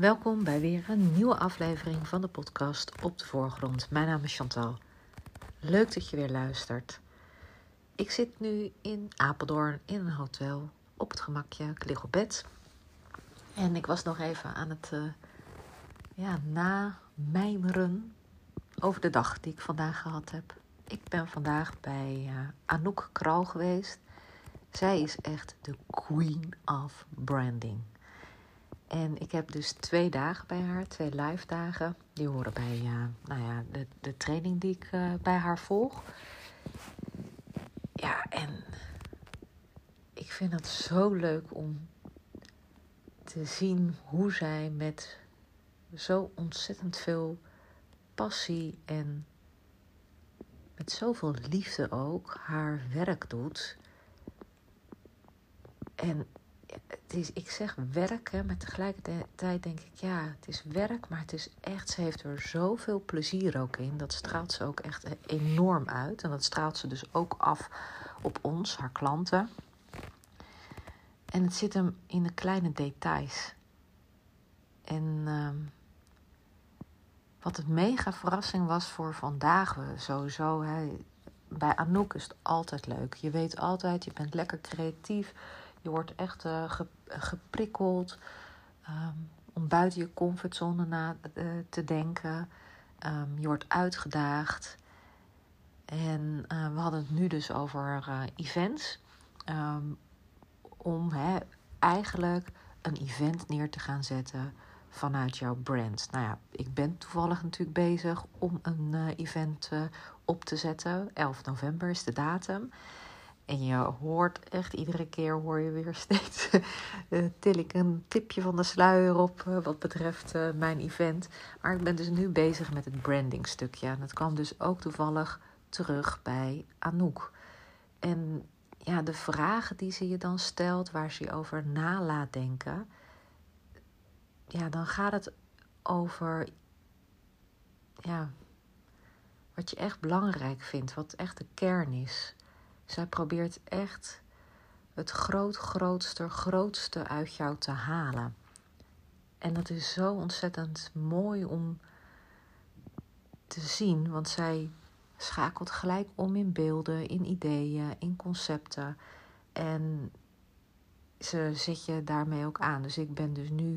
Welkom bij weer een nieuwe aflevering van de podcast Op de Voorgrond. Mijn naam is Chantal. Leuk dat je weer luistert. Ik zit nu in Apeldoorn in een hotel op het gemakje. Ik lig op bed. En ik was nog even aan het namijmeren over de dag die ik vandaag gehad heb. Ik ben vandaag bij Anouk Kral geweest. Zij is echt de queen of branding. En ik heb dus 2 dagen bij haar, 2 live dagen. Die horen bij de training die ik bij haar volg. Ja, en ik vind het zo leuk om te zien hoe zij met zo ontzettend veel passie en met zoveel liefde ook haar werk doet. En ik zeg werk, maar tegelijkertijd denk ik, ja, het is werk, maar het is echt, ze heeft er zoveel plezier ook in. Dat straalt ze ook echt enorm uit. En dat straalt ze dus ook af op ons, haar klanten. En het zit hem in de kleine details. En wat een mega verrassing was voor vandaag sowieso. Bij Anouk is het altijd leuk. Je weet altijd, je bent lekker creatief. Je wordt echt geprikkeld om buiten je comfortzone te denken. Je wordt uitgedaagd. En we hadden het nu dus over events. Om eigenlijk een event neer te gaan zetten vanuit jouw brand. Nou ja, ik ben toevallig natuurlijk bezig om een event op te zetten. 11 november is de datum. En je hoort echt, iedere keer hoor je weer steeds til ik een tipje van de sluier op wat betreft mijn event. Maar ik ben dus nu bezig met het branding stukje. En dat kwam dus ook toevallig terug bij Anouk. En ja, de vragen die ze je dan stelt, waar ze je over na laat denken. Ja, dan gaat het over wat je echt belangrijk vindt. Wat echt de kern is. Zij probeert echt het grootste uit jou te halen. En dat is zo ontzettend mooi om te zien. Want zij schakelt gelijk om in beelden, in ideeën, in concepten. En ze zet je daarmee ook aan. Dus ik ben dus nu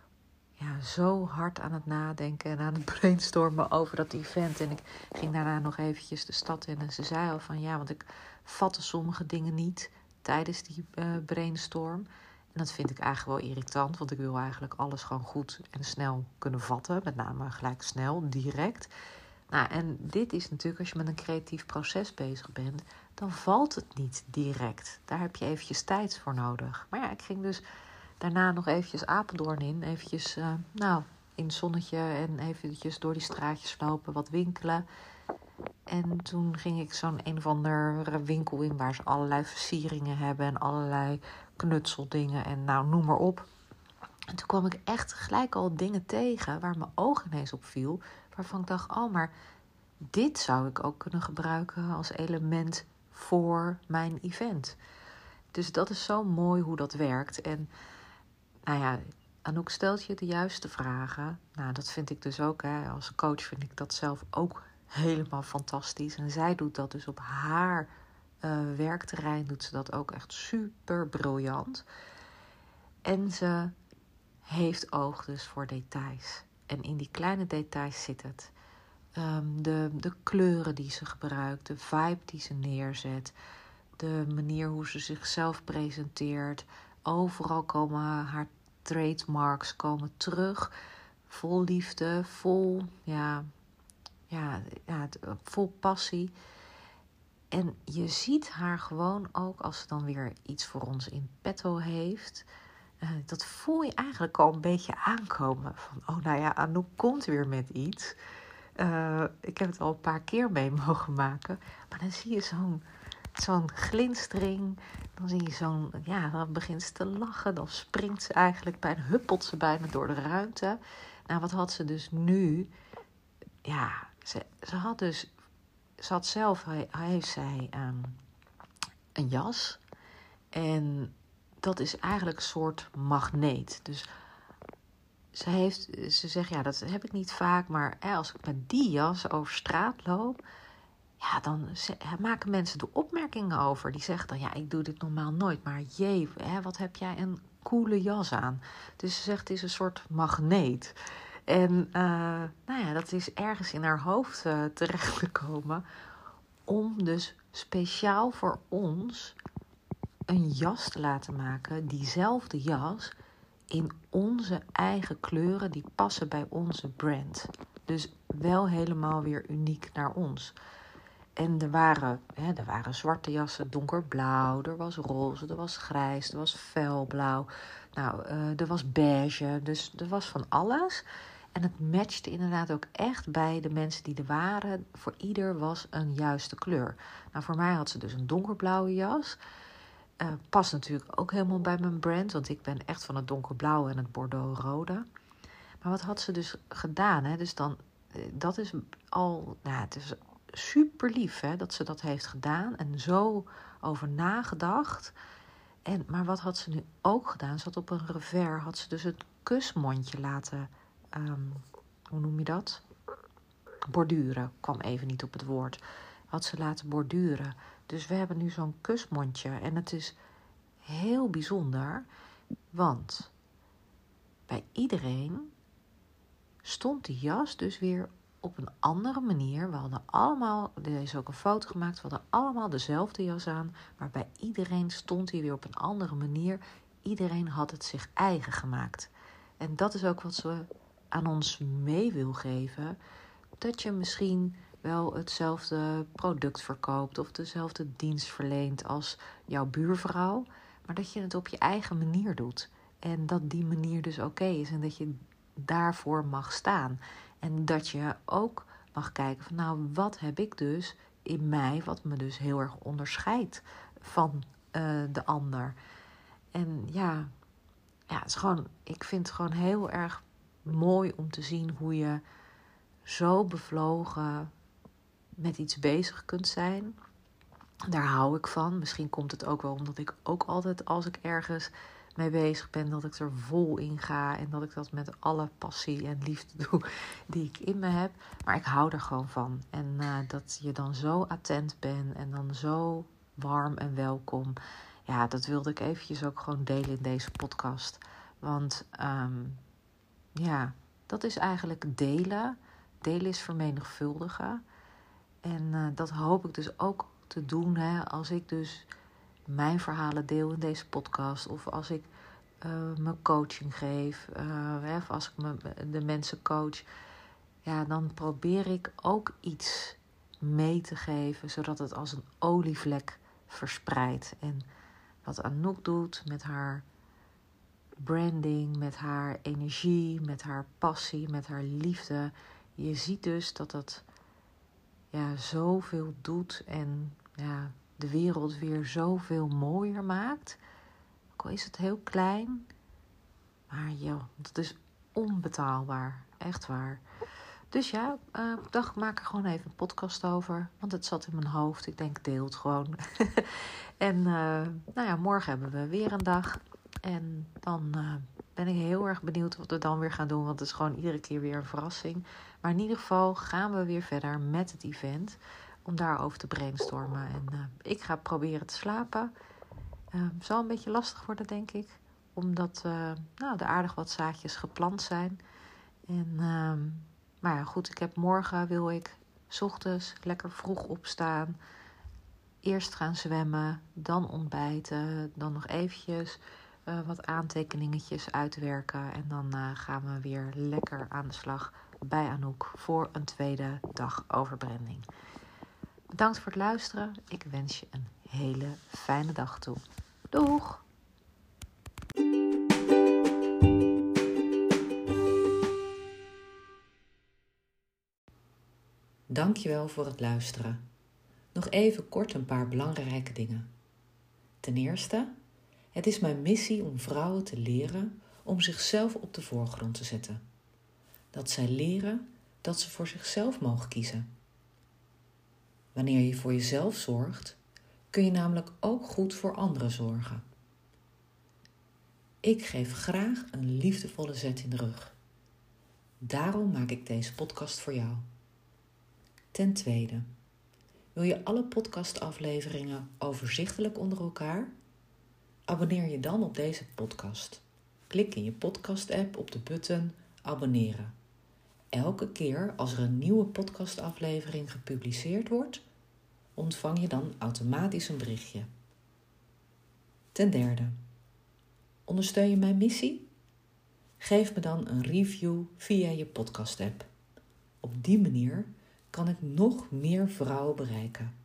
zo hard aan het nadenken en aan het brainstormen over dat event. En ik ging daarna nog eventjes de stad in en ze zei al van want ik vatte sommige dingen niet tijdens die brainstorm. En dat vind ik eigenlijk wel irritant, want ik wil eigenlijk alles gewoon goed en snel kunnen vatten. Met name gelijk snel, direct. Nou, en dit is natuurlijk, als je met een creatief proces bezig bent, dan valt het niet direct. Daar heb je eventjes tijd voor nodig. Maar ik ging dus daarna nog eventjes Apeldoorn in. Eventjes in het zonnetje en eventjes door die straatjes lopen, wat winkelen. En toen ging ik zo'n een of andere winkel in waar ze allerlei versieringen hebben en allerlei knutseldingen en noem maar op. En toen kwam ik echt gelijk al dingen tegen waar mijn oog ineens op viel. Waarvan ik dacht, maar dit zou ik ook kunnen gebruiken als element voor mijn event. Dus dat is zo mooi hoe dat werkt. En Anouk stelt je de juiste vragen. Nou, dat vind ik dus ook. Als coach vind ik dat zelf ook helemaal fantastisch. En zij doet dat dus op haar werkterrein. Doet ze dat ook echt super briljant. En ze heeft oog dus voor details. En in die kleine details zit het. De kleuren die ze gebruikt. De vibe die ze neerzet. De manier hoe ze zichzelf presenteert. Overal komen haar trademarks terug. Vol liefde, vol vol passie. En je ziet haar gewoon ook als ze dan weer iets voor ons in petto heeft. Dat voel je eigenlijk al een beetje aankomen. Van, Anouk komt weer met iets. Ik heb het al een paar keer mee mogen maken. Maar dan zie je zo'n glinstering. Dan zie je dan begint ze te lachen. Dan springt ze eigenlijk huppelt ze bijna door de ruimte. Nou, wat had ze dus nu? Ja, ze had zelf, heeft zij een jas. En dat is eigenlijk een soort magneet. Dus ze zegt, ja, dat heb ik niet vaak, maar als ik met die jas over straat loop, ja, dan maken mensen er opmerkingen over. Die zeggen dan, ja, ik doe dit normaal nooit, maar jee, wat heb jij een coole jas aan. Dus ze zegt, het is een soort magneet. En dat is ergens in haar hoofd terechtgekomen om dus speciaal voor ons een jas te laten maken, diezelfde jas, in onze eigen kleuren, die passen bij onze brand. Dus wel helemaal weer uniek naar ons. En er waren zwarte jassen, donkerblauw, er was roze, er was grijs, er was felblauw. Er was beige, dus er was van alles. En het matchte inderdaad ook echt bij de mensen die er waren. Voor ieder was een juiste kleur. Nou, voor mij had ze dus een donkerblauwe jas. Past natuurlijk ook helemaal bij mijn brand, want ik ben echt van het donkerblauwe en het bordeaux-rode. Maar wat had ze dus gedaan? Hè? Dus dan, dat is al, het is super lief dat ze dat heeft gedaan en zo over nagedacht. Maar wat had ze nu ook gedaan? Ze had op een revers, had ze dus het kusmondje laten, hoe noem je dat? Borduren, kwam even niet op het woord. Had ze laten borduren. Dus we hebben nu zo'n kusmondje en het is heel bijzonder, want bij iedereen stond die jas dus weer op een andere manier. We hadden allemaal, er is ook een foto gemaakt, we hadden allemaal dezelfde jas aan, maar bij iedereen stond die weer op een andere manier. Iedereen had het zich eigen gemaakt. En dat is ook wat ze aan ons mee wil geven, dat je misschien wel hetzelfde product verkoopt of dezelfde dienst verleent als jouw buurvrouw, maar dat je het op je eigen manier doet. En dat die manier dus oké is en dat je daarvoor mag staan. En dat je ook mag kijken van wat heb ik dus in mij, wat me dus heel erg onderscheidt van de ander. En het is gewoon, ik vind het gewoon heel erg mooi om te zien hoe je zo bevlogen met iets bezig kunt zijn. Daar hou ik van. Misschien komt het ook wel omdat ik ook altijd, als ik ergens mee bezig ben, dat ik er vol in ga en dat ik dat met alle passie en liefde doe die ik in me heb. Maar ik hou er gewoon van. En dat je dan zo attent bent en dan zo warm en welkom. Ja, dat wilde ik eventjes ook gewoon delen in deze podcast. Want dat is eigenlijk delen. Delen is vermenigvuldigen. En dat hoop ik dus ook te doen als ik dus mijn verhalen deel in deze podcast. Of als ik mijn coaching geef. Of als ik de mensen coach. Ja, dan probeer ik ook iets mee te geven. Zodat het als een olievlek verspreidt. En wat Anouk doet met haar branding, met haar energie, met haar passie, met haar liefde. Je ziet dus dat het zoveel doet en de wereld weer zoveel mooier maakt. Ook al is het heel klein, maar dat is onbetaalbaar. Echt waar. Dus ik dacht, ik maak er gewoon even een podcast over. Want het zat in mijn hoofd. Ik denk, deel het gewoon. En morgen hebben we weer een dag. En dan ben ik heel erg benieuwd wat we dan weer gaan doen. Want het is gewoon iedere keer weer een verrassing. Maar in ieder geval gaan we weer verder met het event. Om daarover te brainstormen. En ik ga proberen te slapen. Het zal een beetje lastig worden, denk ik. Omdat er aardig wat zaadjes geplant zijn. En, maar ja, goed, morgen wil ik 's ochtends lekker vroeg opstaan. Eerst gaan zwemmen, dan ontbijten. Dan nog eventjes wat aantekeningetjes uitwerken. En dan gaan we weer lekker aan de slag bij Anouk voor een tweede dag over branding. Bedankt voor het luisteren. Ik wens je een hele fijne dag toe. Doeg! Dankjewel voor het luisteren. Nog even kort een paar belangrijke dingen. Ten eerste, het is mijn missie om vrouwen te leren om zichzelf op de voorgrond te zetten. Dat zij leren dat ze voor zichzelf mogen kiezen. Wanneer je voor jezelf zorgt, kun je namelijk ook goed voor anderen zorgen. Ik geef graag een liefdevolle zet in de rug. Daarom maak ik deze podcast voor jou. Ten tweede, wil je alle podcastafleveringen overzichtelijk onder elkaar? Abonneer je dan op deze podcast. Klik in je podcast-app op de button abonneren. Elke keer als er een nieuwe podcastaflevering gepubliceerd wordt, ontvang je dan automatisch een berichtje. Ten derde, ondersteun je mijn missie? Geef me dan een review via je podcast-app. Op die manier kan ik nog meer vrouwen bereiken.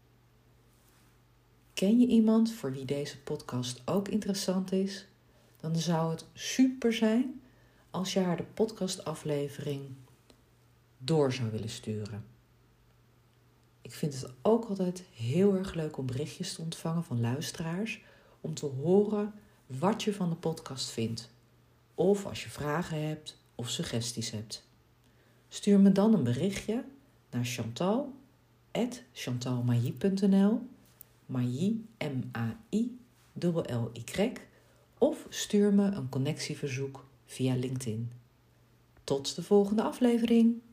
Ken je iemand voor wie deze podcast ook interessant is? Dan zou het super zijn als je haar de podcastaflevering door zou willen sturen. Ik vind het ook altijd heel erg leuk om berichtjes te ontvangen van luisteraars, om te horen wat je van de podcast vindt. Of als je vragen hebt of suggesties hebt. Stuur me dan een berichtje naar chantal@chantalmailly.nl, Mailly, M-A-I-L-L-Y, of stuur me een connectieverzoek via LinkedIn. Tot de volgende aflevering!